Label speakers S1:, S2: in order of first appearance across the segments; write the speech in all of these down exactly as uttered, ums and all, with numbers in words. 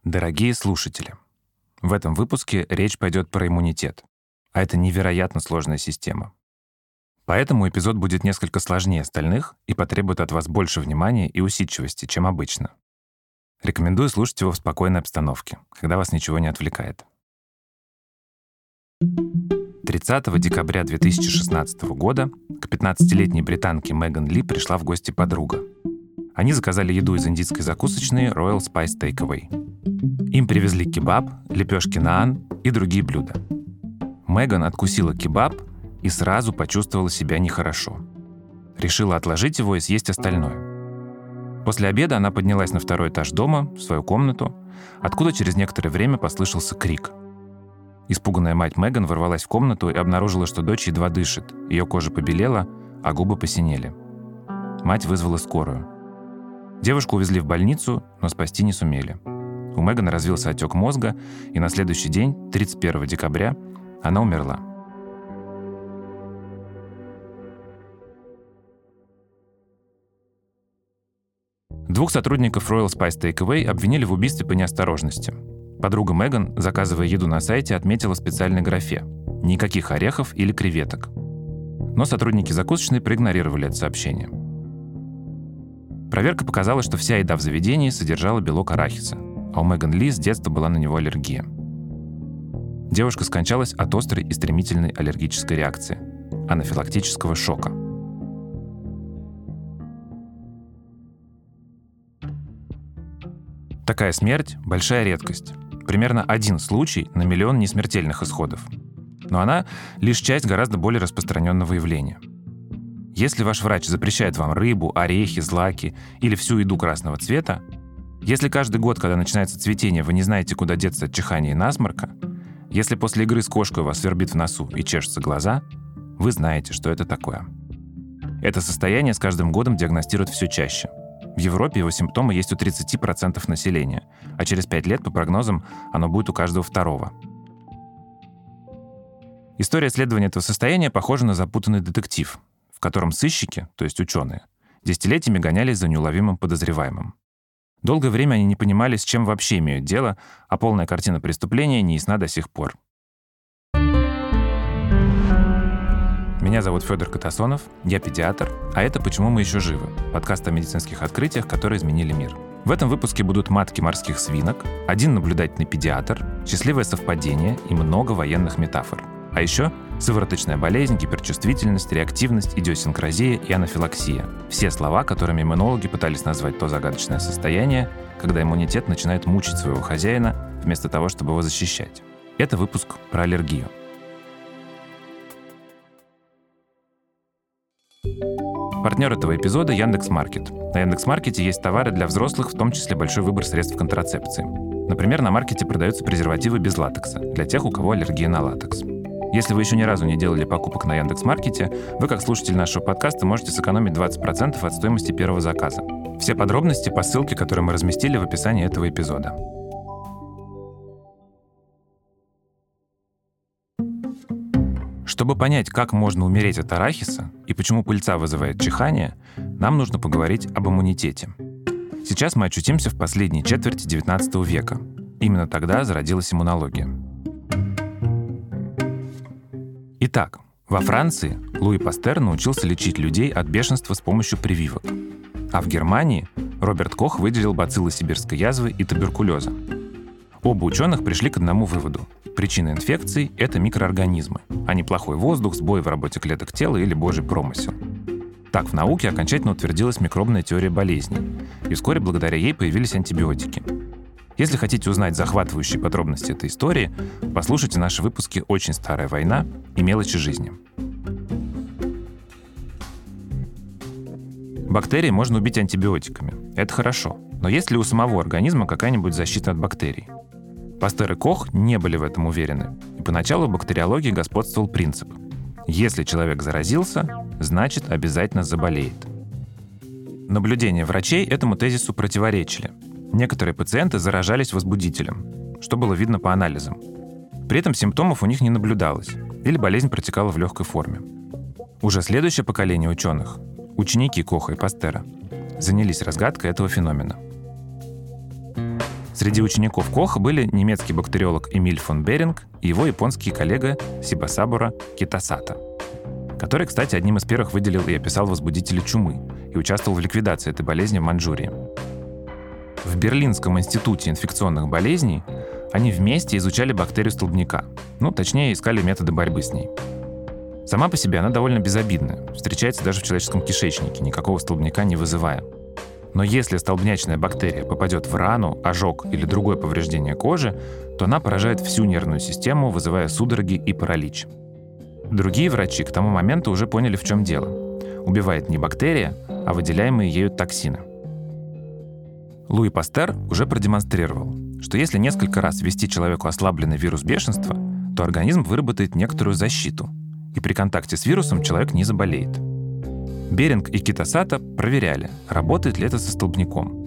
S1: Дорогие слушатели, в этом выпуске речь пойдет про иммунитет, а это невероятно сложная система. Поэтому эпизод будет несколько сложнее остальных и потребует от вас больше внимания и усидчивости, чем обычно. Рекомендую слушать его в спокойной обстановке, когда вас ничего не отвлекает. тридцатого декабря две тысячи шестнадцатого года к пятнадцатилетней британке Меган Ли пришла в гости подруга. Они заказали еду из индийской закусочной Royal Spice Takeaway. Им привезли кебаб, лепешки наан и другие блюда. Меган откусила кебаб и сразу почувствовала себя нехорошо. Решила отложить его и съесть остальное. После обеда она поднялась на второй этаж дома, в свою комнату, откуда через некоторое время послышался крик. Испуганная мать Меган ворвалась в комнату и обнаружила, что дочь едва дышит, ее кожа побелела, а губы посинели. Мать вызвала скорую. Девушку увезли в больницу, но спасти не сумели. У Меган развился отек мозга, и на следующий день, тридцать первого декабря, она умерла. Двух сотрудников Royal Spice Takeaway обвинили в убийстве по неосторожности. Подруга Меган, заказывая еду на сайте, отметила в специальной графе «Никаких орехов или креветок». Но сотрудники закусочной проигнорировали это сообщение. Проверка показала, что вся еда в заведении содержала белок арахиса, а у Меган Ли с детства была на него аллергия. Девушка скончалась от острой и стремительной аллергической реакции – анафилактического шока. Такая смерть – большая редкость. Примерно один случай на миллион несмертельных исходов. Но она – лишь часть гораздо более распространенного явления. Если ваш врач запрещает вам рыбу, орехи, злаки или всю еду красного цвета, если каждый год, когда начинается цветение, вы не знаете, куда деться от чихания и насморка, если после игры с кошкой у вас свербит в носу и чешутся глаза, вы знаете, что это такое. Это состояние с каждым годом диагностируют все чаще. В Европе его симптомы есть у тридцати процентов населения, а через пять лет, по прогнозам, оно будет у каждого второго. История исследования этого состояния похожа на запутанный детектив, в котором сыщики, то есть ученые, десятилетиями гонялись за неуловимым подозреваемым. Долгое время они не понимали, с чем вообще имеют дело, а полная картина преступления не ясна до сих пор. Меня зовут Федор Катасонов, я педиатр, а это «Почему мы еще живы?» — подкаст о медицинских открытиях, которые изменили мир. В этом выпуске будут матки морских свинок, один наблюдательный педиатр, счастливое совпадение и много военных метафор. А еще сывороточная болезнь, гиперчувствительность, реактивность, идиосинкразия и анафилаксия. Все слова, которыми иммунологи пытались назвать то загадочное состояние, когда иммунитет начинает мучить своего хозяина вместо того, чтобы его защищать. Это выпуск про аллергию. Партнер этого эпизода — Яндекс.Маркет. На Яндекс.Маркете есть товары для взрослых, в том числе большой выбор средств контрацепции. Например, на маркете продаются презервативы без латекса для тех, у кого аллергия на латекс. Если вы еще ни разу не делали покупок на Яндекс.Маркете, вы, как слушатель нашего подкаста, можете сэкономить двадцать процентов от стоимости первого заказа. Все подробности по ссылке, которую мы разместили в описании этого эпизода. Чтобы понять, как можно умереть от арахиса и почему пыльца вызывает чихание, нам нужно поговорить об иммунитете. Сейчас мы очутимся в последней четверти девятнадцатого века. Именно тогда зародилась иммунология. Итак, во Франции Луи Пастер научился лечить людей от бешенства с помощью прививок. А в Германии Роберт Кох выделил бациллы сибирской язвы и туберкулеза. Оба ученых пришли к одному выводу. Причина инфекций — это микроорганизмы, а не плохой воздух, сбой в работе клеток тела или божий промысел. Так в науке окончательно утвердилась микробная теория болезней, и вскоре благодаря ей появились антибиотики. Если хотите узнать захватывающие подробности этой истории, послушайте наши выпуски «Очень старая война» и «Мелочи жизни». Бактерии можно убить антибиотиками. Это хорошо. Но есть ли у самого организма какая-нибудь защита от бактерий? Пастер и Кох не были в этом уверены. И поначалу в бактериологии господствовал принцип: если человек заразился, значит обязательно заболеет. Наблюдения врачей этому тезису противоречили. Некоторые пациенты заражались возбудителем, что было видно по анализам. При этом симптомов у них не наблюдалось, или болезнь протекала в легкой форме. Уже следующее поколение ученых, ученики Коха и Пастера, занялись разгадкой этого феномена. Среди учеников Коха были немецкий бактериолог Эмиль фон Беринг и его японский коллега Сибасабура Китасата, который, кстати, одним из первых выделил и описал возбудители чумы и участвовал в ликвидации этой болезни в Маньчжурии. В Берлинском институте инфекционных болезней они вместе изучали бактерию столбняка, ну, точнее, искали методы борьбы с ней. Сама по себе она довольно безобидная, встречается даже в человеческом кишечнике, никакого столбняка не вызывая. Но если столбнячная бактерия попадет в рану, ожог или другое повреждение кожи, то она поражает всю нервную систему, вызывая судороги и паралич. Другие врачи к тому моменту уже поняли, в чем дело. Убивает не бактерия, а выделяемые ею токсины. Луи Пастер уже продемонстрировал, что если несколько раз ввести человеку ослабленный вирус бешенства, то организм выработает некоторую защиту, и при контакте с вирусом человек не заболеет. Беринг и Китасата проверяли, работает ли это со столбняком.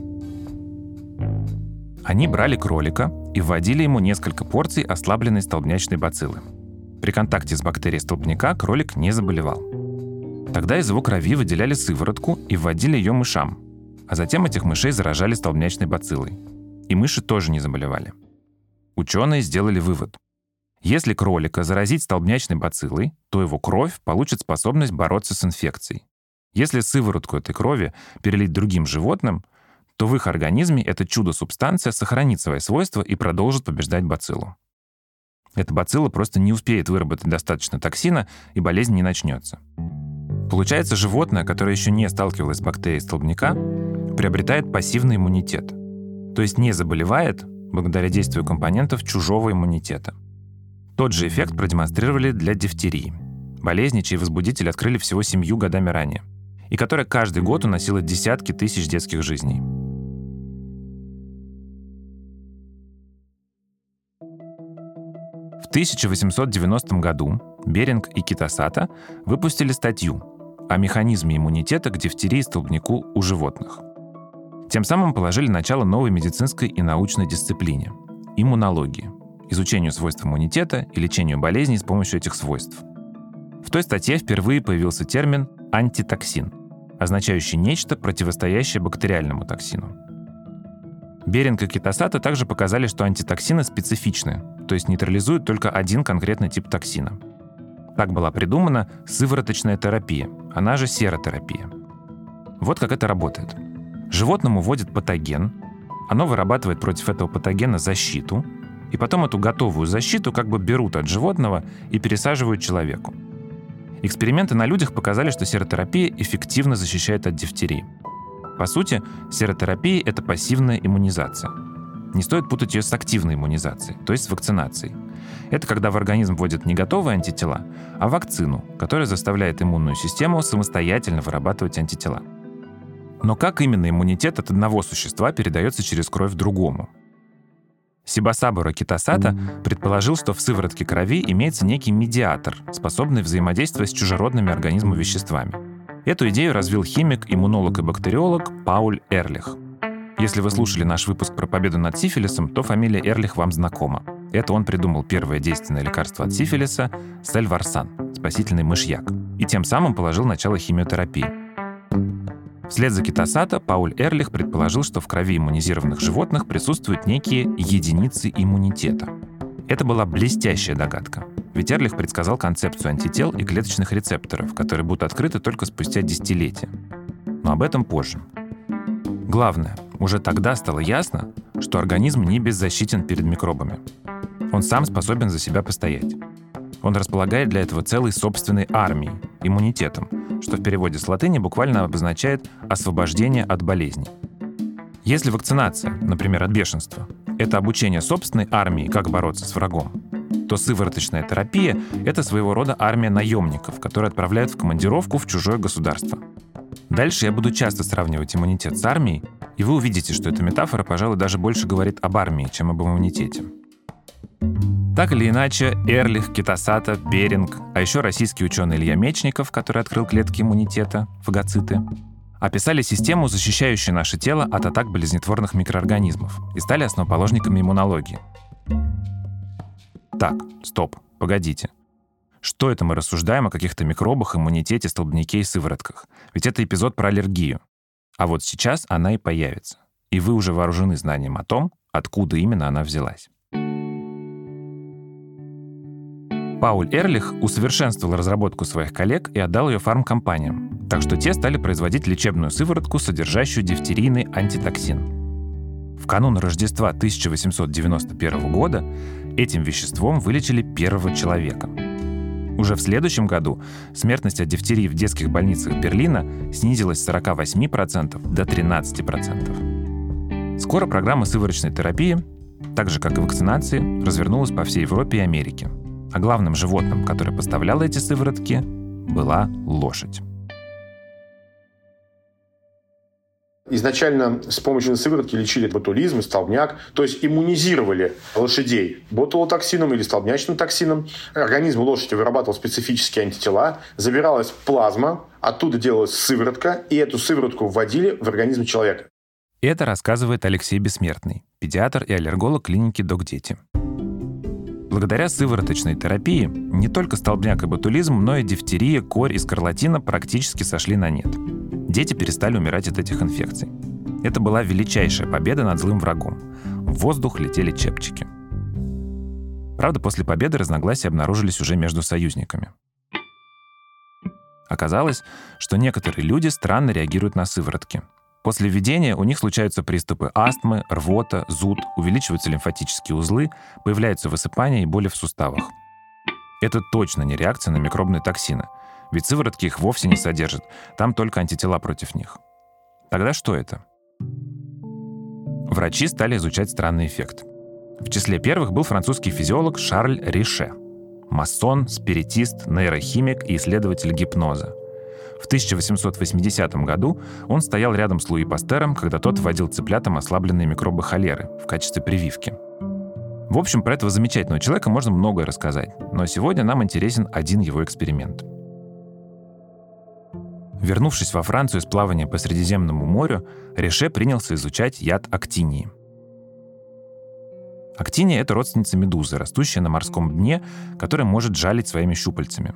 S1: Они брали кролика и вводили ему несколько порций ослабленной столбнячной бациллы. При контакте с бактерией столбняка кролик не заболевал. Тогда из его крови выделяли сыворотку и вводили ее мышам, а затем этих мышей заражали столбнячной бациллой. И мыши тоже не заболевали. Ученые сделали вывод. Если кролика заразить столбнячной бациллой, то его кровь получит способность бороться с инфекцией. Если сыворотку этой крови перелить другим животным, то в их организме эта чудо-субстанция сохранит свои свойства и продолжит побеждать бациллу. Эта бацилла просто не успеет выработать достаточно токсина, и болезнь не начнется. Получается, животное, которое еще не сталкивалось с бактерией столбняка, приобретает пассивный иммунитет, то есть не заболевает благодаря действию компонентов чужого иммунитета. Тот же эффект продемонстрировали для дифтерии, болезни, чьи возбудители открыли всего семью годами ранее, и которая каждый год уносила десятки тысяч детских жизней. В тысяча восемьсот девяностом году Беринг и Китасата выпустили статью о механизме иммунитета к дифтерии и столбняку у животных. Тем самым положили начало новой медицинской и научной дисциплине – иммунологии, изучению свойств иммунитета и лечению болезней с помощью этих свойств. В той статье впервые появился термин «антитоксин», означающий нечто, противостоящее бактериальному токсину. Беринг и Китасата также показали, что антитоксины специфичны, то есть нейтрализуют только один конкретный тип токсина. Так была придумана сывороточная терапия, она же серотерапия. Вот как это работает. Животному вводят патоген, оно вырабатывает против этого патогена защиту, и потом эту готовую защиту как бы берут от животного и пересаживают человеку. Эксперименты на людях показали, что серотерапия эффективно защищает от дифтерии. По сути, серотерапия — это пассивная иммунизация. Не стоит путать ее с активной иммунизацией, то есть с вакцинацией. Это когда в организм вводят не готовые антитела, а вакцину, которая заставляет иммунную систему самостоятельно вырабатывать антитела. Но как именно иммунитет от одного существа передается через кровь другому? Сибасабура Китасата предположил, что в сыворотке крови имеется некий медиатор, способный взаимодействовать с чужеродными организму веществами. Эту идею развил химик, иммунолог и бактериолог Пауль Эрлих. Если вы слушали наш выпуск про победу над сифилисом, то фамилия Эрлих вам знакома. Это он придумал первое действенное лекарство от сифилиса – сельварсан, спасительный мышьяк, и тем самым положил начало химиотерапии. Вслед за Китасата Пауль Эрлих предположил, что в крови иммунизированных животных присутствуют некие единицы иммунитета. Это была блестящая догадка, ведь Эрлих предсказал концепцию антител и клеточных рецепторов, которые будут открыты только спустя десятилетия. Но об этом позже. Главное, уже тогда стало ясно, что организм не беззащитен перед микробами. Он сам способен за себя постоять. Он располагает для этого целой собственной армией, иммунитетом, что в переводе с латыни буквально обозначает «освобождение от болезней». Если вакцинация, например, от бешенства, это обучение собственной армии, как бороться с врагом, то сывороточная терапия — это своего рода армия наемников, которые отправляют в командировку в чужое государство. Дальше я буду часто сравнивать иммунитет с армией, и вы увидите, что эта метафора, пожалуй, даже больше говорит об армии, чем об иммунитете. Так или иначе, Эрлих, Китасата, Беринг, а еще российский ученый Илья Мечников, который открыл клетки иммунитета, фагоциты, описали систему, защищающую наше тело от атак болезнетворных микроорганизмов, и стали основоположниками иммунологии. Так, стоп, погодите. Что это мы рассуждаем о каких-то микробах, иммунитете, столбняке и сыворотках? Ведь это эпизод про аллергию. А вот сейчас она и появится. И вы уже вооружены знанием о том, откуда именно она взялась. Пауль Эрлих усовершенствовал разработку своих коллег и отдал ее фармкомпаниям, так что те стали производить лечебную сыворотку, содержащую дифтерийный антитоксин. В канун Рождества тысяча восемьсот девяносто первого года этим веществом вылечили первого человека. Уже в следующем году смертность от дифтерии в детских больницах Берлина снизилась с сорока восьми процентов до тринадцати процентов. Скоро программа сывороточной терапии, так же как и вакцинации, развернулась по всей Европе и Америке. А главным животным, которое поставляло эти сыворотки, была лошадь.
S2: Изначально с помощью сыворотки лечили ботулизм и столбняк, то есть иммунизировали лошадей ботулотоксином или столбнячным токсином. Организм у лошади вырабатывал специфические антитела, забиралась плазма, оттуда делалась сыворотка, и эту сыворотку вводили в организм человека.
S1: Это рассказывает Алексей Бессмертный, педиатр и аллерголог клиники «Док-Дети». Благодаря сывороточной терапии не только столбняк и ботулизм, но и дифтерия, корь и скарлатина практически сошли на нет. Дети перестали умирать от этих инфекций. Это была величайшая победа над злым врагом. В воздух летели чепчики. Правда, после победы разногласия обнаружились уже между союзниками. Оказалось, что некоторые люди странно реагируют на сыворотки. После введения у них случаются приступы астмы, рвота, зуд, увеличиваются лимфатические узлы, появляются высыпания и боли в суставах. Это точно не реакция на микробные токсины, ведь сыворотки их вовсе не содержат, там только антитела против них. Тогда что это? Врачи стали изучать странный эффект. В числе первых был французский физиолог Шарль Рише, масон, спиритист, нейрохимик и исследователь гипноза. В тысяча восемьсот восьмидесятом году он стоял рядом с Луи Пастером, когда тот вводил цыплятам ослабленные микробы холеры в качестве прививки. В общем, про этого замечательного человека можно многое рассказать, но сегодня нам интересен один его эксперимент. Вернувшись во Францию с плавания по Средиземному морю, Рише принялся изучать яд актинии. Актиния — это родственница медузы, растущая на морском дне, которая может жалить своими щупальцами.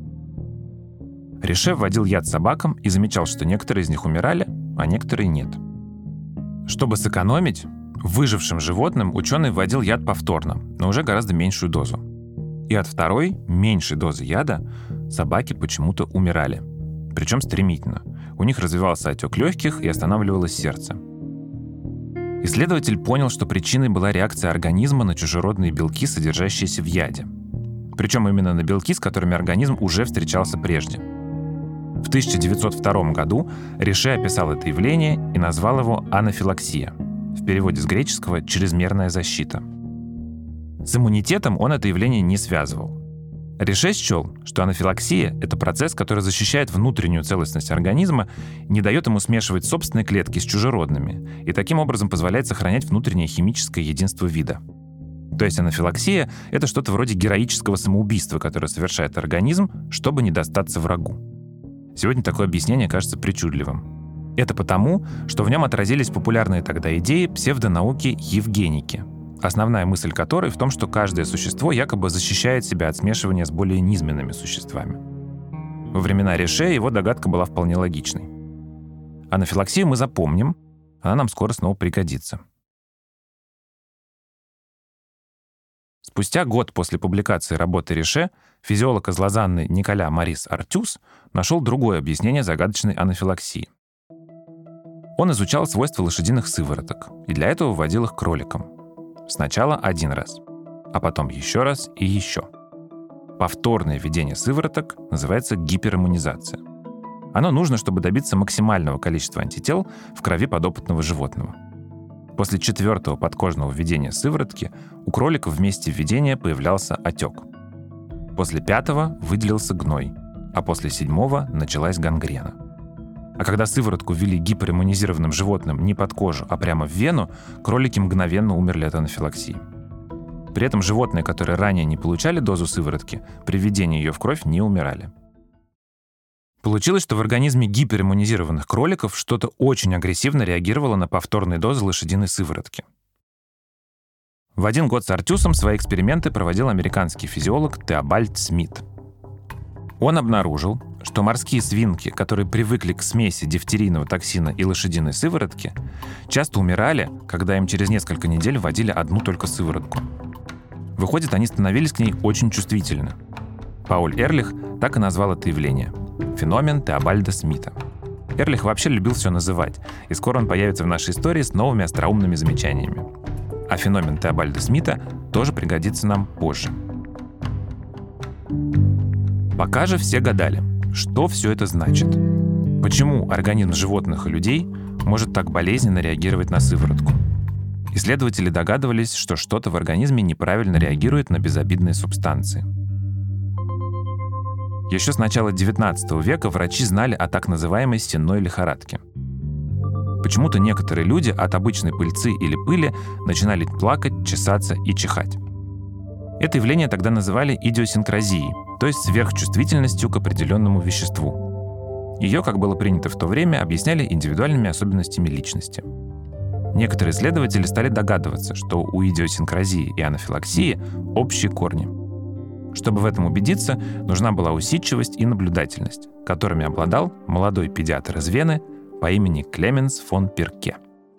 S1: Рише вводил яд собакам и замечал, что некоторые из них умирали, а некоторые нет. Чтобы сэкономить, выжившим животным ученый вводил яд повторно, но уже гораздо меньшую дозу. И от второй, меньшей дозы яда, собаки почему-то умирали. Причем стремительно. У них развивался отек легких и останавливалось сердце. Исследователь понял, что причиной была реакция организма на чужеродные белки, содержащиеся в яде. Причем именно на белки, с которыми организм уже встречался прежде. В тысяча девятьсот втором году Рише описал это явление и назвал его анафилаксия, в переводе с греческого «чрезмерная защита». С иммунитетом он это явление не связывал. Рише счел, что анафилаксия — это процесс, который защищает внутреннюю целостность организма, не дает ему смешивать собственные клетки с чужеродными и таким образом позволяет сохранять внутреннее химическое единство вида. То есть анафилаксия — это что-то вроде героического самоубийства, которое совершает организм, чтобы не достаться врагу. Сегодня такое объяснение кажется причудливым. Это потому, что в нем отразились популярные тогда идеи псевдонауки евгеники, основная мысль которой в том, что каждое существо якобы защищает себя от смешивания с более низменными существами. Во времена Рише его догадка была вполне логичной. Анафилаксию мы запомним, она нам скоро снова пригодится. Спустя год после публикации работы Рише физиолог из Лозанны Николя Марис Артюс нашел другое объяснение загадочной анафилаксии. Он изучал свойства лошадиных сывороток и для этого вводил их кроликам. Сначала один раз, а потом еще раз и еще. Повторное введение сывороток называется гипериммунизация. Оно нужно, чтобы добиться максимального количества антител в крови подопытного животного. После четвертого подкожного введения сыворотки у кроликов в месте введения появлялся отек. После пятого выделился гной, а после седьмого началась гангрена. А когда сыворотку ввели гипериммунизированным животным не под кожу, а прямо в вену, кролики мгновенно умерли от анафилаксии. При этом животные, которые ранее не получали дозу сыворотки, при введении ее в кровь не умирали. Получилось, что в организме гипериммунизированных кроликов что-то очень агрессивно реагировало на повторные дозы лошадиной сыворотки. В один год с Артюсом свои эксперименты проводил американский физиолог Теобальд Смит. Он обнаружил, что морские свинки, которые привыкли к смеси дифтерийного токсина и лошадиной сыворотки, часто умирали, когда им через несколько недель вводили одну только сыворотку. Выходит, они становились к ней очень чувствительны. Пауль Эрлих так и назвал это явление – феномен Теобальда Смита. Эрлих вообще любил все называть, и скоро он появится в нашей истории с новыми остроумными замечаниями. А феномен Теобальда Смита тоже пригодится нам позже. Пока же все гадали, что все это значит. Почему организм животных и людей может так болезненно реагировать на сыворотку? Исследователи догадывались, что что-то в организме неправильно реагирует на безобидные субстанции. Еще с начала девятнадцатого века врачи знали о так называемой сенной лихорадке. Почему-то некоторые люди от обычной пыльцы или пыли начинали плакать, чесаться и чихать. Это явление тогда называли идиосинкразией, то есть сверхчувствительностью к определенному веществу. Ее, как было принято в то время, объясняли индивидуальными особенностями личности. Некоторые исследователи стали догадываться, что у идиосинкразии и анафилаксии общие корни. Чтобы в этом убедиться, нужна была усидчивость и наблюдательность, которыми обладал молодой педиатр из Вены по имени Клеменс фон Перке.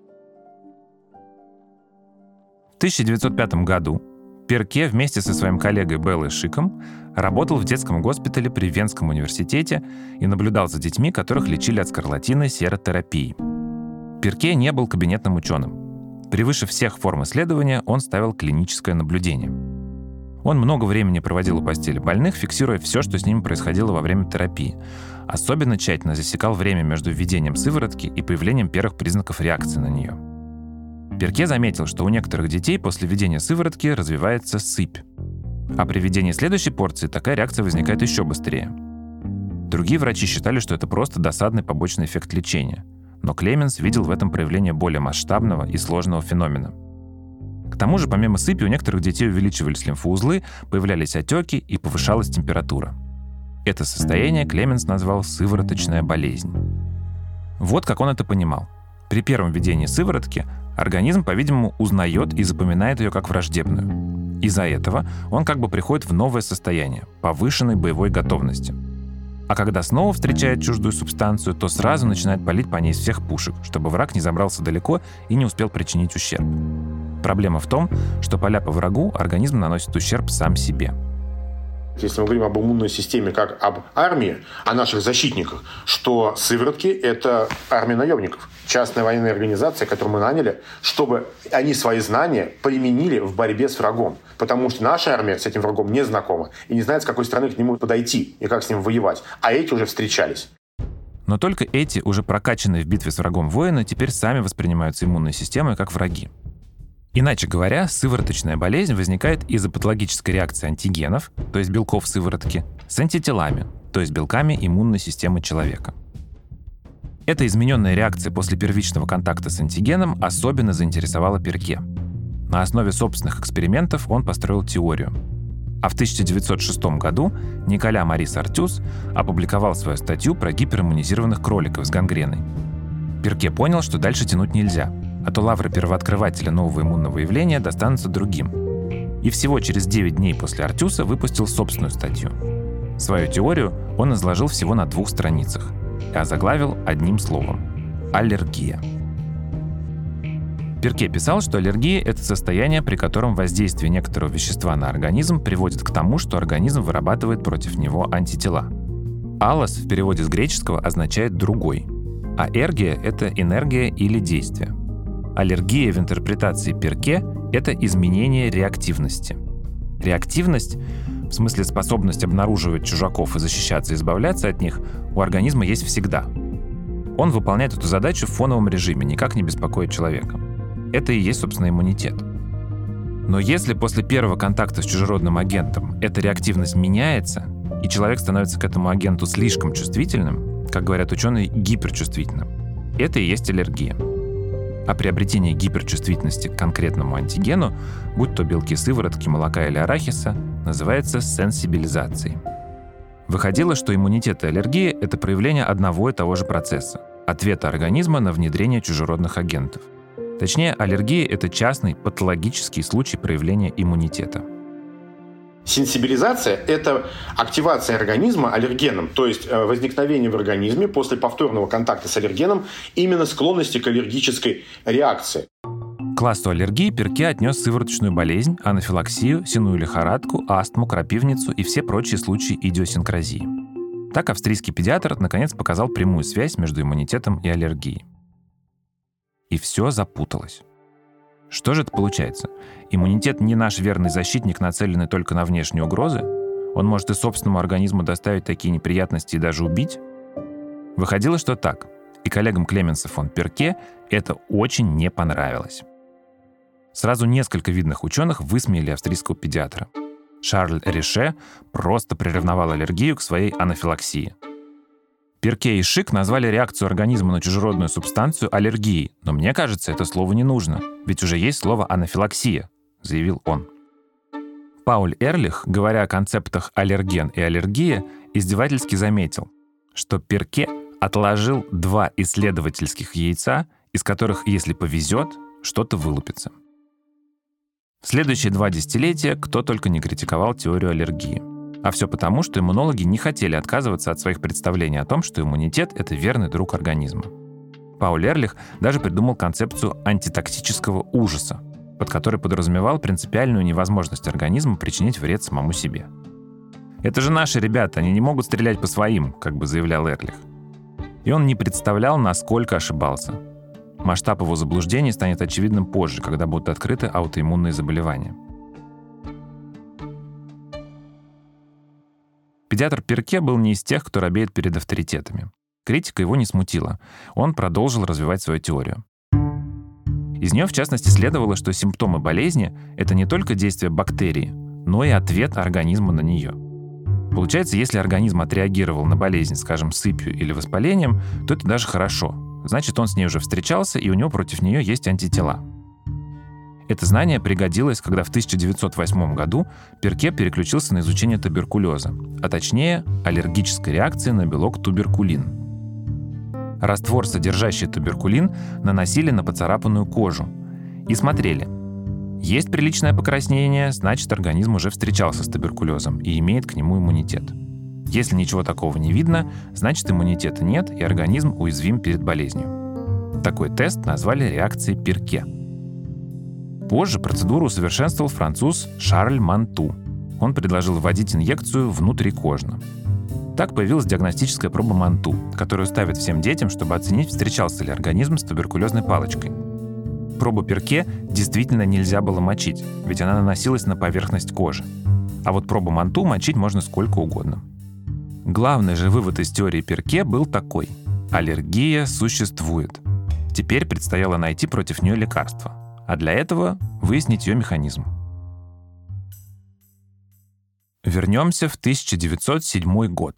S1: В тысяча девятьсот пятом году Перке вместе со своим коллегой Беллой Шиком работал в детском госпитале при Венском университете и наблюдал за детьми, которых лечили от скарлатины серотерапией. Перке не был кабинетным ученым. Превыше всех форм исследования он ставил клиническое наблюдение. Он много времени проводил у постели больных, фиксируя все, что с ними происходило во время терапии. Особенно тщательно засекал время между введением сыворотки и появлением первых признаков реакции на нее. Перке заметил, что у некоторых детей после введения сыворотки развивается сыпь. А при введении следующей порции такая реакция возникает еще быстрее. Другие врачи считали, что это просто досадный побочный эффект лечения. Но Клеменс видел в этом проявление более масштабного и сложного феномена. К тому же, помимо сыпи, у некоторых детей увеличивались лимфоузлы, появлялись отеки и повышалась температура. Это состояние Клеменс назвал «сывороточная болезнь». Вот как он это понимал. При первом введении сыворотки организм, по-видимому, узнает и запоминает ее как враждебную. Из-за этого он как бы приходит в новое состояние – повышенной боевой готовности. А когда снова встречает чуждую субстанцию, то сразу начинает палить по ней из всех пушек, чтобы враг не забрался далеко и не успел причинить ущерб. Проблема в том, что поля по врагу организм наносит ущерб сам себе.
S2: Если мы говорим об иммунной системе как об армии, о наших защитниках, что сыворотки – это армия наемников, частная военная организация, которую мы наняли, чтобы они свои знания применили в борьбе с врагом. Потому что наша армия с этим врагом не знакома и не знает, с какой стороны к нему подойти и как с ним воевать. А эти уже встречались.
S1: Но только эти, уже прокачанные в битве с врагом воины, теперь сами воспринимаются иммунной системой как враги. Иначе говоря, сывороточная болезнь возникает из-за патологической реакции антигенов, то есть белков сыворотки, с антителами, то есть белками иммунной системы человека. Эта измененная реакция после первичного контакта с антигеном особенно заинтересовала Перке. На основе собственных экспериментов он построил теорию. А в тысяча девятьсот шестом году Николя Марис Артюс опубликовал свою статью про гипериммунизированных кроликов с гангреной. Перке понял, что дальше тянуть нельзя, а то лавры первооткрывателя нового иммунного явления достанутся другим. И всего через девять дней после Артюса выпустил собственную статью. Свою теорию он изложил всего на двух страницах и озаглавил одним словом – аллергия. Перке писал, что аллергия – это состояние, при котором воздействие некоторого вещества на организм приводит к тому, что организм вырабатывает против него антитела. Аллос в переводе с греческого означает «другой», а эргия – это энергия или действие. Аллергия в интерпретации Перке – это изменение реактивности. Реактивность, в смысле способность обнаруживать чужаков и защищаться и избавляться от них, у организма есть всегда. Он выполняет эту задачу в фоновом режиме, никак не беспокоит человека. Это и есть, собственно, иммунитет. Но если после первого контакта с чужеродным агентом эта реактивность меняется, и человек становится к этому агенту слишком чувствительным, как говорят ученые, гиперчувствительным, это и есть аллергия. А приобретение гиперчувствительности к конкретному антигену, будь то белки сыворотки, молока или арахиса, называется сенсибилизацией. Выходило, что иммунитет и аллергия – это проявление одного и того же процесса – ответа организма на внедрение чужеродных агентов. Точнее, аллергия – это частный патологический случай проявления иммунитета.
S2: Сенсибилизация – это активация организма аллергеном, то есть возникновение в организме после повторного контакта с аллергеном именно склонности к аллергической реакции.
S1: К классу аллергии Перке отнес сывороточную болезнь, анафилаксию, сенную лихорадку, астму, крапивницу и все прочие случаи идиосинкразии. Так австрийский педиатр наконец показал прямую связь между иммунитетом и аллергией. И все запуталось. Что же это получается? Иммунитет не наш верный защитник, нацеленный только на внешние угрозы? Он может и собственному организму доставить такие неприятности и даже убить? Выходило, что так. И коллегам Клеменса фон Перке это очень не понравилось. Сразу несколько видных ученых высмеяли австрийского педиатра. Шарль Рише просто приревновал аллергию к своей анафилаксии. Перке и Шик назвали реакцию организма на чужеродную субстанцию аллергией, но мне кажется, это слово не нужно, ведь уже есть слово анафилаксия, заявил он. Пауль Эрлих, говоря о концептах аллерген и аллергия, издевательски заметил, что Перке отложил два исследовательских яйца, из которых, если повезет, что-то вылупится. В следующие два десятилетия кто только не критиковал теорию аллергии. А все потому, что иммунологи не хотели отказываться от своих представлений о том, что иммунитет — это верный друг организма. Пауль Эрлих даже придумал концепцию антитоксического ужаса, под которой подразумевал принципиальную невозможность организма причинить вред самому себе. «Это же наши ребята, они не могут стрелять по своим», как бы заявлял Эрлих. И он не представлял, насколько ошибался. Масштаб его заблуждений станет очевидным позже, когда будут открыты аутоиммунные заболевания. Педиатр Перке был не из тех, кто робеет перед авторитетами. Критика его не смутила. Он продолжил развивать свою теорию. Из нее, в частности, следовало, что симптомы болезни — это не только действие бактерии, но и ответ организма на нее. Получается, если организм отреагировал на болезнь, скажем, сыпью или воспалением, то это даже хорошо. Значит, он с ней уже встречался, и у него против нее есть антитела. Это знание пригодилось, когда в тысяча девятьсот восьмом году Перке переключился на изучение туберкулеза, а точнее аллергической реакции на белок туберкулин. Раствор, содержащий туберкулин, наносили на поцарапанную кожу и смотрели. Есть приличное покраснение, значит, организм уже встречался с туберкулезом и имеет к нему иммунитет. Если ничего такого не видно, значит, иммунитета нет, и организм уязвим перед болезнью. Такой тест назвали реакцией Перке. Позже процедуру усовершенствовал француз Шарль Манту. Он предложил вводить инъекцию внутрикожно. Так появилась диагностическая проба Манту, которую ставят всем детям, чтобы оценить, встречался ли организм с туберкулезной палочкой. Пробу Перке действительно нельзя было мочить, ведь она наносилась на поверхность кожи. А вот пробу Манту мочить можно сколько угодно. Главный же вывод из теории Перке был такой: аллергия существует. Теперь предстояло найти против нее лекарство. А для этого выяснить ее механизм. Вернемся в тысяча девятьсот седьмой год.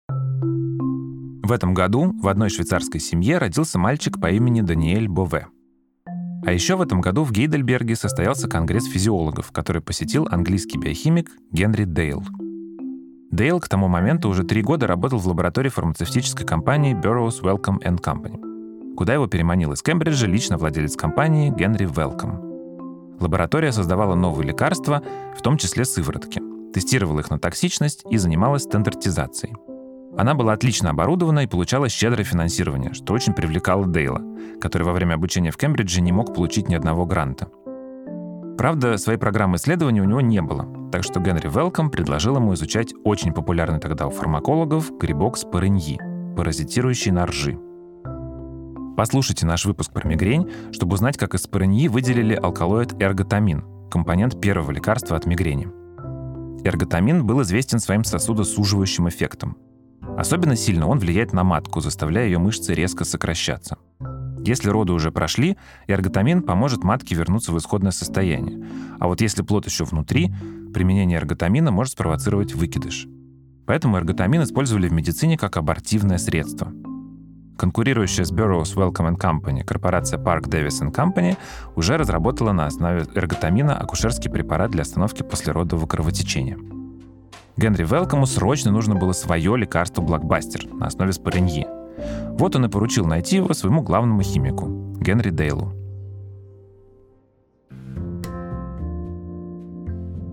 S1: В этом году в одной швейцарской семье родился мальчик по имени Даниэль Бове. А еще в этом году в Гейдельберге состоялся конгресс физиологов, который посетил английский биохимик Генри Дейл. Дейл к тому моменту уже три года работал в лаборатории фармацевтической компании Burroughs Wellcome энд Company, куда его переманил из Кембриджа лично владелец компании Генри Велком. Лаборатория создавала новые лекарства, в том числе сыворотки, тестировала их на токсичность и занималась стандартизацией. Она была отлично оборудована и получала щедрое финансирование, что очень привлекало Дейла, который во время обучения в Кембридже не мог получить ни одного гранта. Правда, своей программы исследований у него не было, так что Генри Велком предложил ему изучать очень популярный тогда у фармакологов грибок спорыньи, паразитирующий на ржи. Послушайте наш выпуск про мигрень, чтобы узнать, как из спорыньи выделили алкалоид эрготамин, компонент первого лекарства от мигрени. Эрготамин был известен своим сосудосуживающим эффектом. Особенно сильно он влияет на матку, заставляя ее мышцы резко сокращаться. Если роды уже прошли, эрготамин поможет матке вернуться в исходное состояние. А вот если плод еще внутри, применение эрготамина может спровоцировать выкидыш. Поэтому эрготамин использовали в медицине как абортивное средство. Конкурирующая с Burroughs Wellcome энд Company корпорация Park Davis энд Company уже разработала на основе эрготамина акушерский препарат для остановки послеродового кровотечения. Генри Велкому срочно нужно было свое лекарство-блокбастер на основе спорыньи. Вот он и поручил найти его своему главному химику — Генри Дейлу.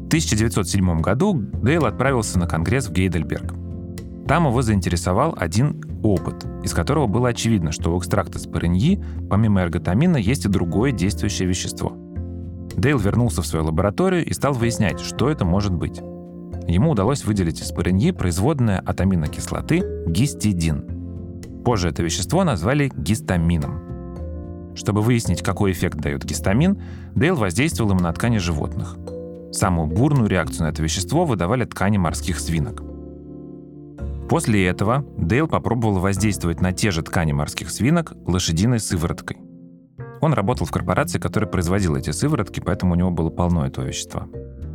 S1: В тысяча девятьсот седьмом году Дейл отправился на конгресс в Гейдельберг. Там его заинтересовал один опыт, из которого было очевидно, что у экстракта спорыньи, помимо эрготамина, есть и другое действующее вещество. Дейл вернулся в свою лабораторию и стал выяснять, что это может быть. Ему удалось выделить из спорыньи производное от аминокислоты гистидин. Позже это вещество назвали гистамином. Чтобы выяснить, какой эффект дает гистамин, Дейл воздействовал им на ткани животных. Самую бурную реакцию на это вещество выдавали ткани морских свинок. После этого Дейл попробовал воздействовать на те же ткани морских свинок лошадиной сывороткой. Он работал в корпорации, которая производила эти сыворотки, поэтому у него было полно этого вещества.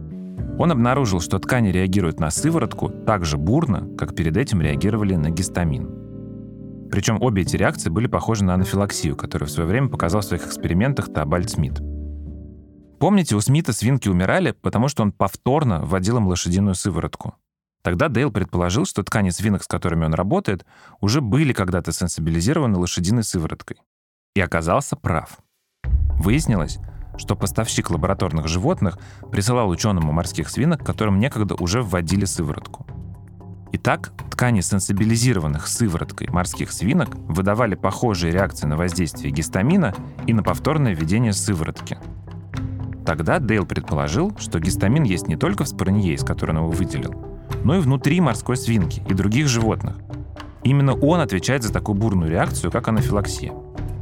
S1: Он обнаружил, что ткани реагируют на сыворотку так же бурно, как перед этим реагировали на гистамин. Причем обе эти реакции были похожи на анафилаксию, которую в свое время показал в своих экспериментах Теобальд Смит. Помните, у Смита свинки умирали, потому что он повторно вводил им лошадиную сыворотку. Тогда Дейл предположил, что ткани свинок, с которыми он работает, уже были когда-то сенсибилизированы лошадиной сывороткой. И оказался прав. Выяснилось, что поставщик лабораторных животных присылал ученым морских свинок, которым некогда уже вводили сыворотку. Итак, ткани сенсибилизированных сывороткой морских свинок выдавали похожие реакции на воздействие гистамина и на повторное введение сыворотки. Тогда Дейл предположил, что гистамин есть не только в спорынье, из которой он его выделил, но и внутри морской свинки и других животных. Именно он отвечает за такую бурную реакцию, как анафилаксия.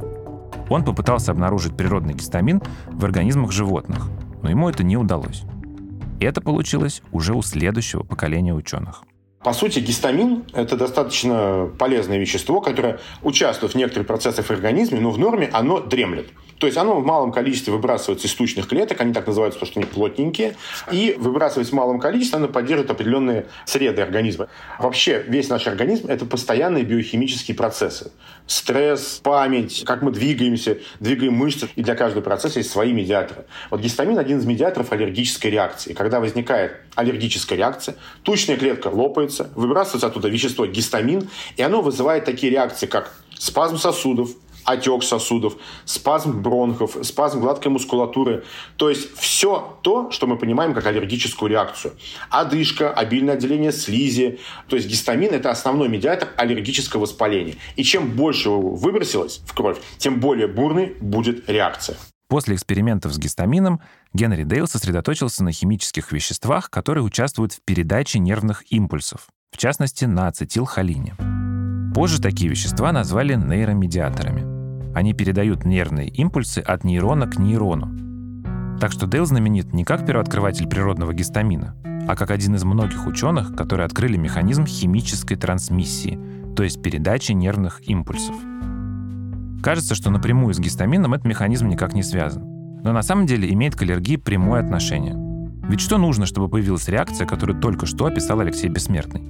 S1: Он попытался обнаружить природный гистамин в организмах животных, но ему это не удалось. Это получилось уже у следующего поколения ученых.
S2: По сути, гистамин – это достаточно полезное вещество, которое участвует в некоторых процессах в организме, но в норме оно дремлет. То есть оно в малом количестве выбрасывается из тучных клеток, они так называются, потому что они плотненькие, и выбрасываясь в малом количестве, оно поддерживает определенные среды организма. Вообще весь наш организм – это постоянные биохимические процессы. Стресс, память, как мы двигаемся, двигаем мышцы, и для каждого процесса есть свои медиаторы. Вот гистамин – один из медиаторов аллергической реакции. Когда возникает аллергическая реакция, тучная клетка лопается, выбрасывается оттуда вещество гистамин, и оно вызывает такие реакции, как спазм сосудов, отек сосудов, спазм бронхов, спазм гладкой мускулатуры. То есть все то, что мы понимаем как аллергическую реакцию. Одышка, обильное отделение слизи. То есть гистамин – это основной медиатор аллергического воспаления. И чем больше его выбросилось в кровь, тем более бурной будет реакция.
S1: После экспериментов с гистамином Генри Дейл сосредоточился на химических веществах, которые участвуют в передаче нервных импульсов, в частности, на ацетилхолине. Позже такие вещества назвали нейромедиаторами. Они передают нервные импульсы от нейрона к нейрону. Так что Дейл знаменит не как первооткрыватель природного гистамина, а как один из многих ученых, которые открыли механизм химической трансмиссии, то есть передачи нервных импульсов. Кажется, что напрямую с гистамином этот механизм никак не связан. Но на самом деле имеет к аллергии прямое отношение. Ведь что нужно, чтобы появилась реакция, которую только что описал Алексей Бессмертный?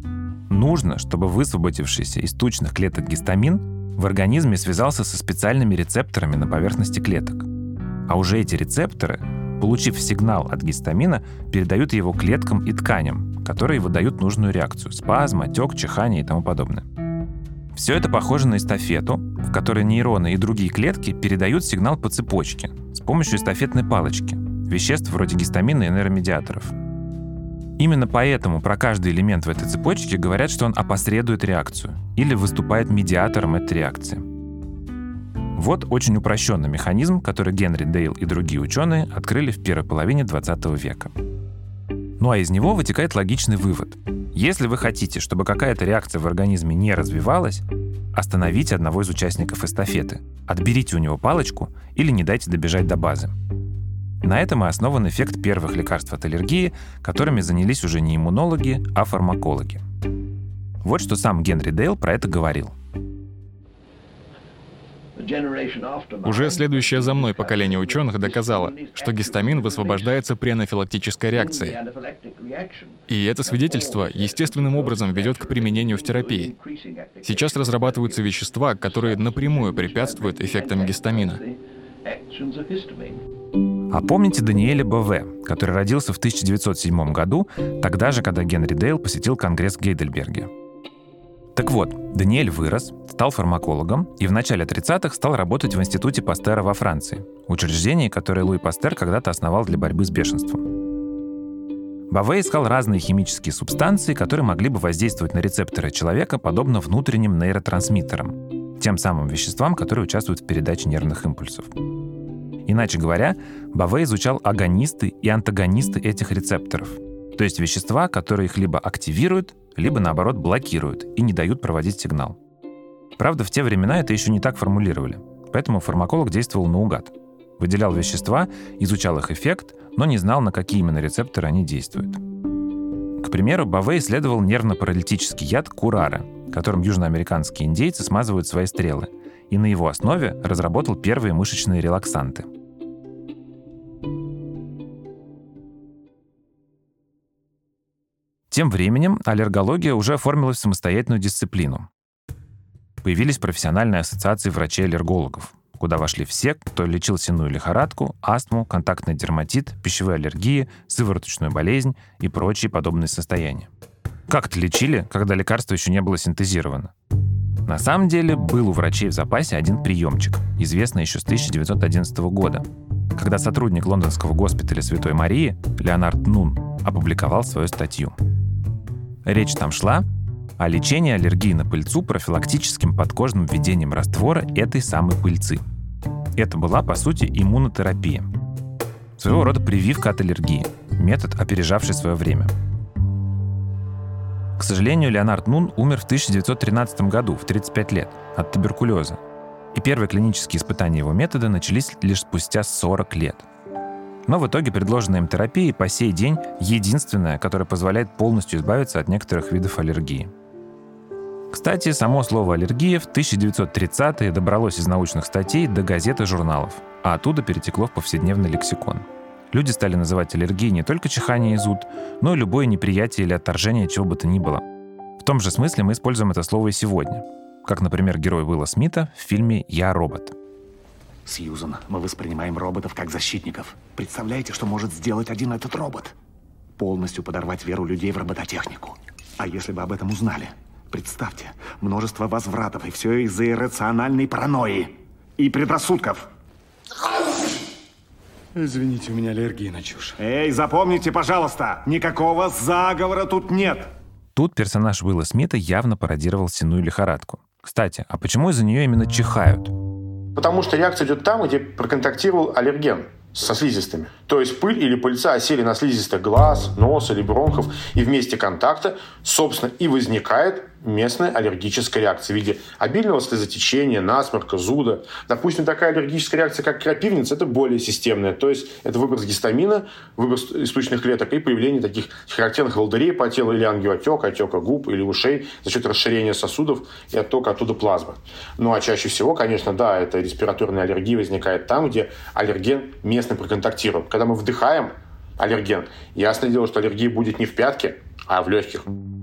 S1: Нужно, чтобы высвободившийся из тучных клеток гистамин в организме связался со специальными рецепторами на поверхности клеток. А уже эти рецепторы, получив сигнал от гистамина, передают его клеткам и тканям, которые выдают нужную реакцию – спазм, отек, чихание и тому подобное. Все это похоже на эстафету, в которой нейроны и другие клетки передают сигнал по цепочке с помощью эстафетной палочки, веществ вроде гистамина и нейромедиаторов. Именно поэтому про каждый элемент в этой цепочке говорят, что он опосредует реакцию или выступает медиатором этой реакции. Вот очень упрощенный механизм, который Генри Дейл и другие ученые открыли в первой половине двадцатого века. Ну а из него вытекает логичный вывод. Если вы хотите, чтобы какая-то реакция в организме не развивалась, остановите одного из участников эстафеты, отберите у него палочку или не дайте добежать до базы. На этом и основан эффект первых лекарств от аллергии, которыми занялись уже не иммунологи, а фармакологи. Вот что сам Генри Дейл про это говорил.
S3: Уже следующее за мной поколение ученых доказало, что гистамин высвобождается при анафилактической реакции. И это свидетельство естественным образом ведет к применению в терапии. Сейчас разрабатываются вещества, которые напрямую препятствуют эффектам гистамина.
S1: А помните Даниэля Бове, который родился в тысяча девятьсот седьмом году, тогда же, когда Генри Дейл посетил конгресс в Гейдельберге? Так вот, Даниэль вырос, стал фармакологом и в начале тридцатых стал работать в институте Пастера во Франции, учреждении, которое Луи Пастер когда-то основал для борьбы с бешенством. Баве искал разные химические субстанции, которые могли бы воздействовать на рецепторы человека, подобно внутренним нейротрансмиттерам, тем самым веществам, которые участвуют в передаче нервных импульсов. Иначе говоря, Баве изучал агонисты и антагонисты этих рецепторов, то есть вещества, которые их либо активируют, либо, наоборот, блокируют и не дают проводить сигнал. Правда, в те времена это еще не так формулировали, поэтому фармаколог действовал наугад. Выделял вещества, изучал их эффект, но не знал, на какие именно рецепторы они действуют. К примеру, Баве исследовал нервно-паралитический яд курара, которым южноамериканские индейцы смазывают свои стрелы, и на его основе разработал первые мышечные релаксанты. Тем временем аллергология уже оформилась в самостоятельную дисциплину. Появились профессиональные ассоциации врачей-аллергологов, куда вошли все, кто лечил сенную лихорадку, астму, контактный дерматит, пищевые аллергии, сывороточную болезнь и прочие подобные состояния. Как это лечили, когда лекарство еще не было синтезировано? На самом деле, был у врачей в запасе один приемчик, известный еще с тысяча девятьсот одиннадцатого года, когда сотрудник лондонского госпиталя Святой Марии Леонард Нун опубликовал свою статью. Речь там шла о лечении аллергии на пыльцу профилактическим подкожным введением раствора этой самой пыльцы. Это была, по сути, иммунотерапия. Своего рода прививка от аллергии, метод, опережавший свое время. К сожалению, Леонард Нун умер в тысяча девятьсот тринадцатом году, в тридцать пять лет, от туберкулеза. И первые клинические испытания его метода начались лишь спустя сорок лет. Но в итоге предложенная им терапия по сей день единственная, которая позволяет полностью избавиться от некоторых видов аллергии. Кстати, само слово «аллергия» в тысяча девятьсот тридцатые добралось из научных статей до газет и журналов, а оттуда перетекло в повседневный лексикон. Люди стали называть аллергией не только чихание и зуд, но и любое неприятие или отторжение чего бы то ни было. В том же смысле мы используем это слово и сегодня, как, например, герой Уилла Смита в фильме «Я робот».
S4: Сьюзан, мы воспринимаем роботов как защитников. Представляете, что может сделать один этот робот? Полностью подорвать веру людей в робототехнику. А если бы об этом узнали? Представьте, множество возвратов, и все из-за иррациональной паранойи и предрассудков.
S5: Извините, у меня аллергия на чушь.
S4: Эй, запомните, пожалуйста, никакого заговора тут нет.
S1: Тут персонаж Уилла Смита явно пародировал сенную лихорадку. Кстати, а почему из-за нее именно чихают?
S2: Потому что реакция идет там, где проконтактировал аллерген со слизистыми. То есть пыль или пыльца осели на слизистых глаз, носа или бронхов, и в месте контакта, собственно, и возникает местная аллергическая реакция в виде обильного слезотечения, насморка, зуда. Допустим, такая аллергическая реакция, как крапивница, это более системная. То есть это выброс гистамина, выброс из тучных клеток и появление таких характерных волдырей по телу или ангиоотека, отека губ или ушей за счет расширения сосудов и оттока оттуда плазмы. Ну а чаще всего, конечно, да, это респираторная аллергия возникает там, где аллерген местно проконтактирует. Когда мы вдыхаем аллерген, ясное дело, что аллергия будет не в пятке, а в легких.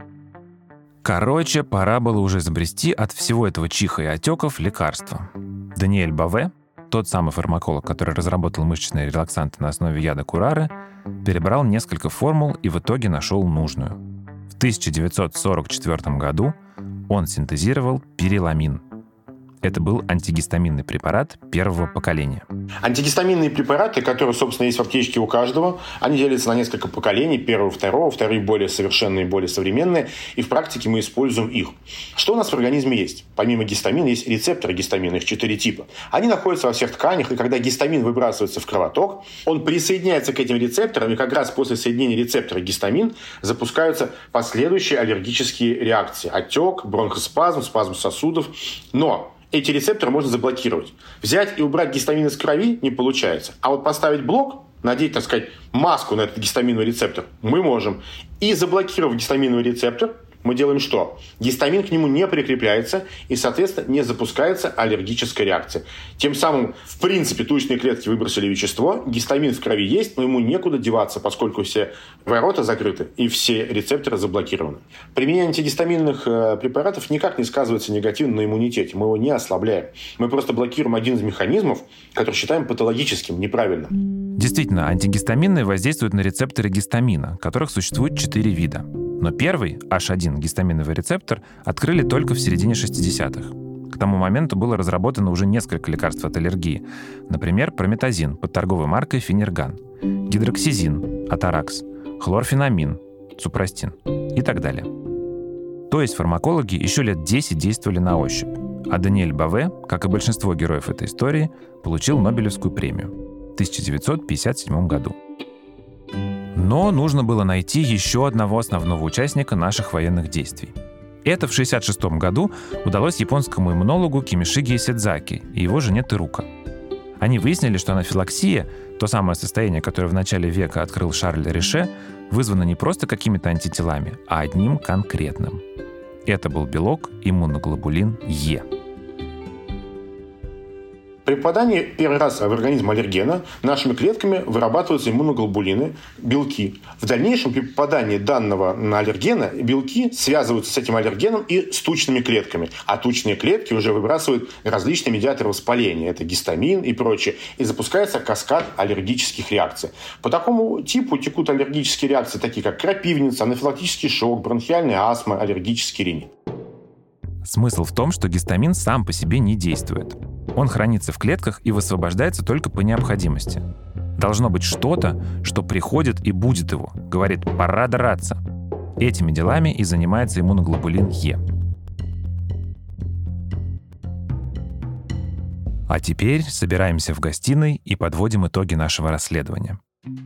S1: Короче, пора было уже изобрести от всего этого чиха и отеков лекарство. Даниэль Баве, тот самый фармаколог, который разработал мышечные релаксанты на основе яда курары, перебрал несколько формул и в итоге нашел нужную. В тысяча девятьсот сорок четвёртом году он синтезировал пириламин. Это был антигистаминный препарат первого поколения.
S2: Антигистаминные препараты, которые, собственно, есть в аптечке у каждого, они делятся на несколько поколений. Первого, второго, вторые более совершенные, более современные. И в практике мы используем их. Что у нас в организме есть? Помимо гистамина есть рецепторы гистамина, их четыре типа. Они находятся во всех тканях, и когда гистамин выбрасывается в кровоток, он присоединяется к этим рецепторам, и как раз после соединения рецептора гистамин запускаются последующие аллергические реакции. Отек, бронхоспазм, спазм сосудов. Но эти рецепторы можно заблокировать. Взять и убрать гистамин из крови не получается. А вот поставить блок, надеть, так сказать, маску на этот гистаминовый рецептор мы можем. И заблокировав гистаминовый рецептор, мы делаем что? Гистамин к нему не прикрепляется и, соответственно, не запускается аллергическая реакция. Тем самым, в принципе, тучные клетки выбросили вещество, гистамин в крови есть, но ему некуда деваться, поскольку все ворота закрыты и все рецепторы заблокированы. Применение антигистаминных э, препаратов никак не сказывается негативно на иммунитете. Мы его не ослабляем. Мы просто блокируем один из механизмов, который считаем патологическим, неправильным.
S1: Действительно, антигистаминные воздействуют на рецепторы гистамина, которых существует четыре вида. Но первый, эйч один, гистаминовый рецептор, открыли только в середине шестидесятых. К тому моменту было разработано уже несколько лекарств от аллергии. Например, прометазин под торговой маркой Фенерган, гидроксизин, Атаракс, хлорфенамин, цупрастин и так далее. То есть фармакологи еще лет десять действовали на ощупь, а Даниэль Баве, как и большинство героев этой истории, получил Нобелевскую премию в тысяча девятьсот пятьдесят седьмом году. Но нужно было найти еще одного основного участника наших военных действий. Это в шестьдесят шестом году удалось японскому иммунологу Кимишиги Седзаки и его жене Терука. Они выяснили, что анафилаксия, то самое состояние, которое в начале века открыл Шарль Рише, вызвано не просто какими-то антителами, а одним конкретным. Это был белок иммуноглобулин Е.
S2: При попадании первый раз в организм аллергена нашими клетками вырабатываются иммуноглобулины, белки. В дальнейшем при попадании данного на аллергена белки связываются с этим аллергеном и с тучными клетками. А тучные клетки уже выбрасывают различные медиаторы воспаления. Это гистамин и прочее. И запускается каскад аллергических реакций. По такому типу текут аллергические реакции, такие как крапивница, анафилактический шок, бронхиальная астма, аллергический ринит.
S1: Смысл в том, что гистамин сам по себе не действует. Он хранится в клетках и высвобождается только по необходимости. Должно быть что-то, что приходит и будет его. Говорит, пора драться. Этими делами и занимается иммуноглобулин Е. А теперь собираемся в гостиной и подводим итоги нашего расследования.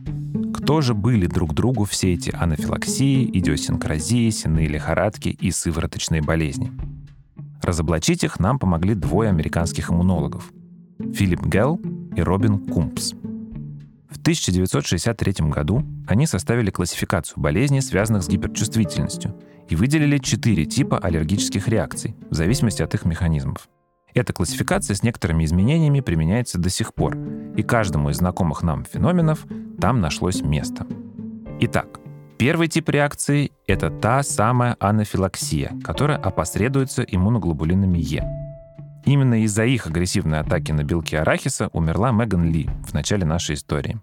S1: Кто же были друг другу все эти анафилаксии, идиосинкразии, сенные лихорадки и сывороточные болезни? Разоблачить их нам помогли двое американских иммунологов – Филипп Гелл и Робин Кумпс. В тысяча девятьсот шестьдесят третьем году они составили классификацию болезней, связанных с гиперчувствительностью, и выделили четыре типа аллергических реакций, в зависимости от их механизмов. Эта классификация с некоторыми изменениями применяется до сих пор, и каждому из знакомых нам феноменов там нашлось место. Итак, первый тип реакции – это та самая анафилаксия, которая опосредуется иммуноглобулинами Е. Именно из-за их агрессивной атаки на белки арахиса умерла Меган Ли в начале нашей истории.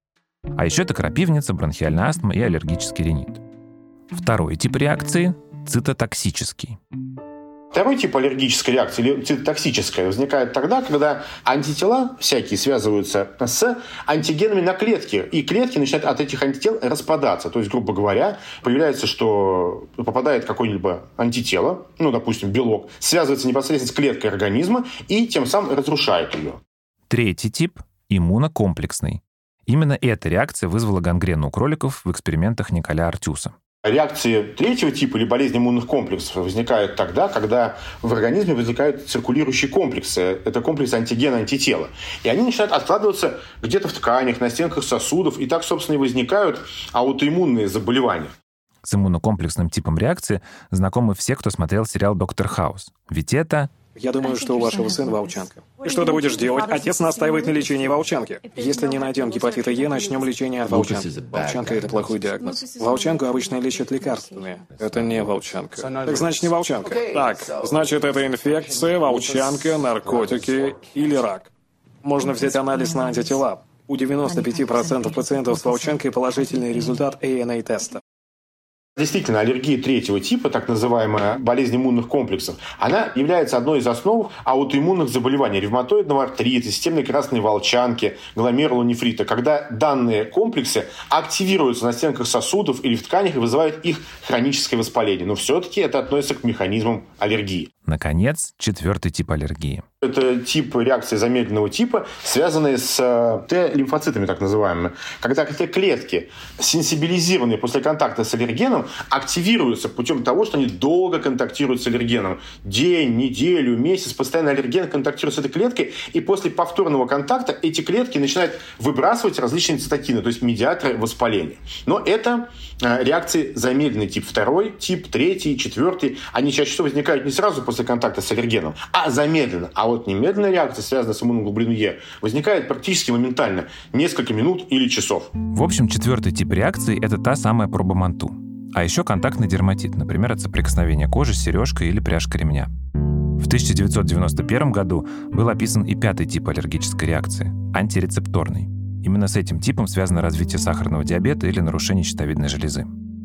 S1: А еще это крапивница, бронхиальная астма и аллергический ринит. Второй тип реакции – цитотоксический.
S2: Второй тип аллергической реакции, или цитотоксическая, возникает тогда, когда антитела всякие связываются с антигенами на клетке, и клетки начинают от этих антител распадаться. То есть, грубо говоря, появляется, что попадает какое-либо антитело, ну, допустим, белок, связывается непосредственно с клеткой организма и тем самым разрушает ее.
S1: Третий тип – иммунокомплексный. Именно эта реакция вызвала гангрену у кроликов в экспериментах Николя Артюса.
S2: Реакции третьего типа или болезни иммунных комплексов возникают тогда, когда в организме возникают циркулирующие комплексы. Это комплексы антигена-антитела. И они начинают откладываться где-то в тканях, на стенках сосудов. И так, собственно, и возникают аутоиммунные заболевания.
S1: С иммунокомплексным типом реакции знакомы все, кто смотрел сериал «Доктор Хаус». Ведь это...
S6: Я думаю, что у вашего сына волчанка. И что ты будешь делать? Отец настаивает на лечении волчанки. Если не найдем гепатита Е, начнем лечение от волчанки. Волчанка — это плохой диагноз. Волчанку обычно лечат лекарствами. Это не волчанка. Так значит, не волчанка. Так, значит, это инфекция, волчанка, наркотики или рак. Можно взять анализ на антитела. У девяноста пяти процентов пациентов с волчанкой положительный результат эй эн эй-теста.
S2: Действительно, аллергия третьего типа, так называемая болезнь иммунных комплексов, она является одной из основ аутоиммунных заболеваний ревматоидного артрита, системной красной волчанки, гломерулонефрита, когда данные комплексы активируются на стенках сосудов или в тканях и вызывают их хроническое воспаление. Но все-таки это относится к механизмам аллергии.
S1: Наконец, четвертый тип аллергии.
S2: Это тип реакции замедленного типа, связанные с Т-лимфоцитами, так называемыми. Когда эти клетки, сенсибилизированные после контакта с аллергеном, активируются путем того, что они долго контактируют с аллергеном. День, неделю, месяц постоянно аллерген контактирует с этой клеткой, и после повторного контакта эти клетки начинают выбрасывать различные цитокины, то есть медиаторы воспаления. Но это реакции замедленный тип. Второй тип, третий, четвертый, они чаще всего возникают не сразу после контакта с аллергеном, а замедленно. А вот немедленная реакция, связанная с иммуноглобулином Е, возникает практически моментально, несколько минут или часов.
S1: В общем, четвертый тип реакции – это та самая проба Манту. А еще контактный дерматит, например, от соприкосновения кожи с сережкой или пряжкой ремня. В тысяча девятьсот девяносто первом году был описан и пятый тип аллергической реакции – антирецепторный. Именно с этим типом связано развитие сахарного диабета или нарушение щитовидной железы.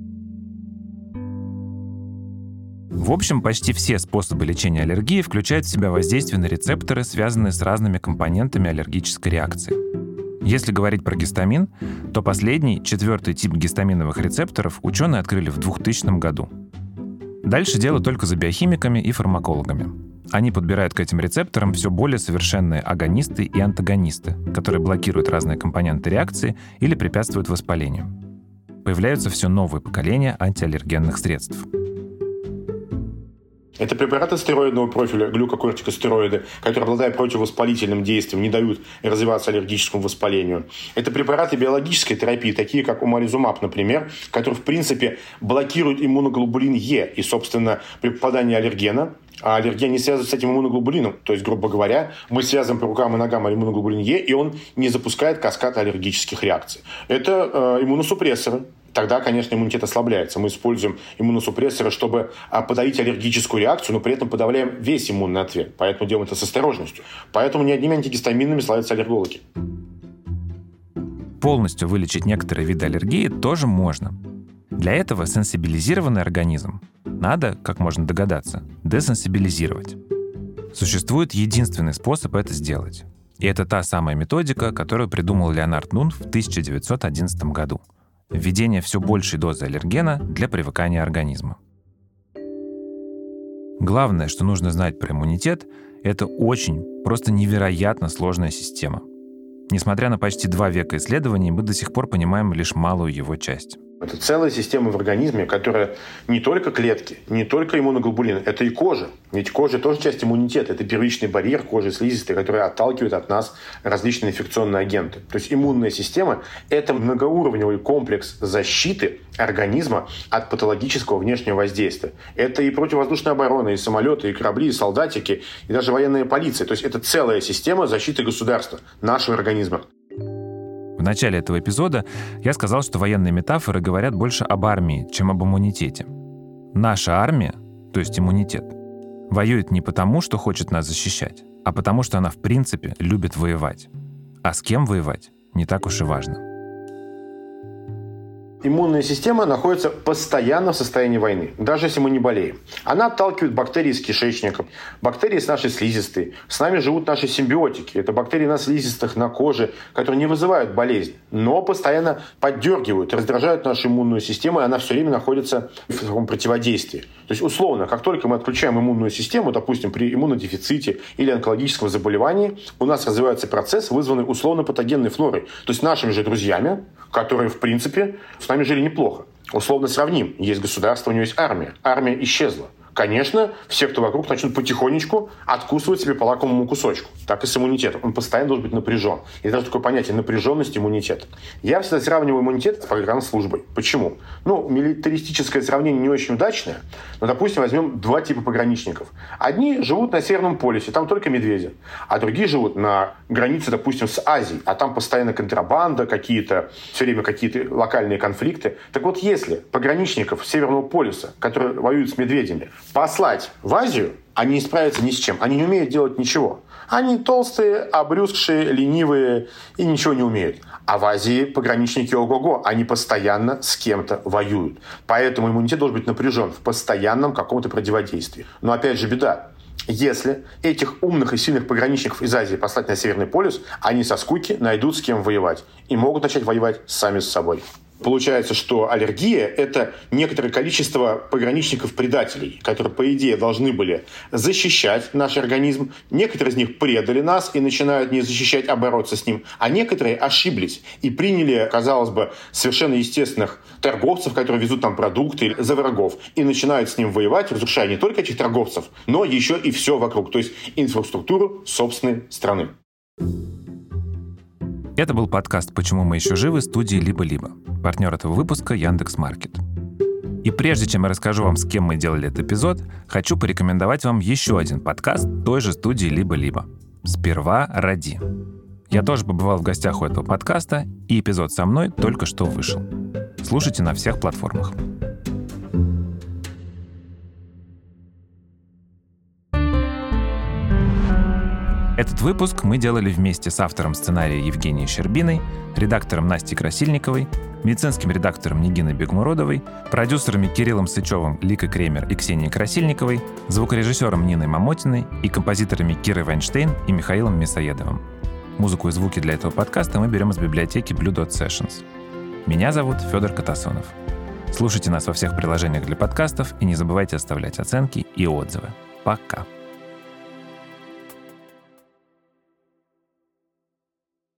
S1: В общем, почти все способы лечения аллергии включают в себя воздействие на рецепторы, связанные с разными компонентами аллергической реакции. Если говорить про гистамин, то последний, четвертый тип гистаминовых рецепторов ученые открыли в двухтысячном году. Дальше дело только за биохимиками и фармакологами. Они подбирают к этим рецепторам все более совершенные агонисты и антагонисты, которые блокируют разные компоненты реакции или препятствуют воспалению. Появляются все новые поколения антиаллергенных средств.
S2: Это препараты стероидного профиля, глюкокортикостероиды, которые, обладая противовоспалительным действием, не дают развиваться аллергическому воспалению. Это препараты биологической терапии, такие как омализумаб, например, который, в принципе, блокирует иммуноглобулин Е и, собственно, при попадании аллергена. А аллерген не связан с этим иммуноглобулином. То есть, грубо говоря, мы связываем по рукам и ногам иммуноглобулин Е, и он не запускает каскад аллергических реакций. Это э, иммуносупрессоры. Тогда, конечно, иммунитет ослабляется. Мы используем иммуносупрессоры, чтобы подавить аллергическую реакцию, но при этом подавляем весь иммунный ответ. Поэтому делаем это с осторожностью. Поэтому не одними антигистаминами славятся аллергологи.
S1: Полностью вылечить некоторые виды аллергии тоже можно. Для этого сенсибилизированный организм надо, как можно догадаться, десенсибилизировать. Существует единственный способ это сделать. И это та самая методика, которую придумал Леонард Нунн в тысяча девятьсот одиннадцатом году. Введение все большей дозы аллергена для привыкания организма. Главное, что нужно знать про иммунитет, это очень, просто невероятно сложная система. Несмотря на почти два века исследований, мы до сих пор понимаем лишь малую его часть.
S2: Это целая система в организме, которая не только клетки, не только иммуноглобулин, это и кожа. Ведь кожа тоже часть иммунитета. Это первичный барьер кожи слизистой, который отталкивает от нас различные инфекционные агенты. То есть иммунная система – это многоуровневый комплекс защиты организма от патологического внешнего воздействия. Это и противовоздушная оборона, и самолеты, и корабли, и солдатики, и даже военная полиция. То есть это целая система защиты государства, нашего организма.
S1: В начале этого эпизода я сказал, что военные метафоры говорят больше об армии, чем об иммунитете. Наша армия, то есть иммунитет, воюет не потому, что хочет нас защищать, а потому, что она в принципе любит воевать. А с кем воевать не так уж и важно.
S2: Иммунная система находится постоянно в состоянии войны, даже если мы не болеем. Она отталкивает бактерии из кишечника, бактерии с нашей слизистой. С нами живут наши симбиотики. Это бактерии на слизистых, на коже, которые не вызывают болезнь, но постоянно поддергивают, раздражают нашу иммунную систему, и она все время находится в таком противодействии. То есть, условно, как только мы отключаем иммунную систему, допустим, при иммунодефиците или онкологическом заболевании, у нас развивается процесс, вызванный условно-патогенной флорой. То есть, нашими же друзьями, которые, в принципе, с нами жили неплохо. Условно сравним. Есть государство, у него есть армия. Армия исчезла. Конечно, все, кто вокруг, начнут потихонечку откусывать себе по лакомому кусочку. Так и с иммунитетом. Он постоянно должен быть напряжен. И даже такое понятие напряженность иммунитета. Я всегда сравниваю иммунитет с погранслужбой. Почему? Ну, милитаристическое сравнение не очень удачное, но, допустим, возьмем два типа пограничников. Одни живут на Северном полюсе, там только медведи. А другие живут на границе, допустим, с Азией. А там постоянно контрабанда, какие-то, все время какие-то локальные конфликты. Так вот, если пограничников Северного полюса, которые воюют с медведями, послать в Азию, они не справятся ни с чем. Они не умеют делать ничего. Они толстые, обрюзгшие, ленивые и ничего не умеют. А в Азии пограничники ого-го. Они постоянно с кем-то воюют. Поэтому иммунитет должен быть напряжен в постоянном каком-то противодействии. Но опять же беда. Если этих умных и сильных пограничников из Азии послать на Северный полюс, они со скуки найдут с кем воевать. И могут начать воевать сами с собой. Получается, что аллергия – это некоторое количество пограничников-предателей, которые, по идее, должны были защищать наш организм. Некоторые из них предали нас и начинают не защищать, а бороться с ним. А некоторые ошиблись и приняли, казалось бы, совершенно естественных торговцев, которые везут нам продукты, за врагов. И начинают с ним воевать, разрушая не только этих торговцев, но еще и все вокруг. То есть инфраструктуру собственной страны.
S1: Это был подкаст «Почему мы еще живы» студии «Либо-либо». Партнер этого выпуска — Яндекс.Маркет. И прежде чем я расскажу вам, с кем мы делали этот эпизод, хочу порекомендовать вам еще один подкаст той же студии «Либо-либо». «Сперва ради». Я тоже побывал в гостях у этого подкаста, и эпизод со мной только что вышел. Слушайте на всех платформах. Этот выпуск мы делали вместе с автором сценария Евгенией Щербиной, редактором Настей Красильниковой, медицинским редактором Нигиной Бегмуродовой, продюсерами Кириллом Сычевым, Ликой Кремер и Ксенией Красильниковой, звукорежиссером Ниной Мамотиной и композиторами Кирой Вайнштейн и Михаилом Мясоедовым. Музыку и звуки для этого подкаста мы берем из библиотеки Blue Dot Sessions. Меня зовут Федор Катасонов. Слушайте нас во всех приложениях для подкастов и не забывайте оставлять оценки и отзывы. Пока.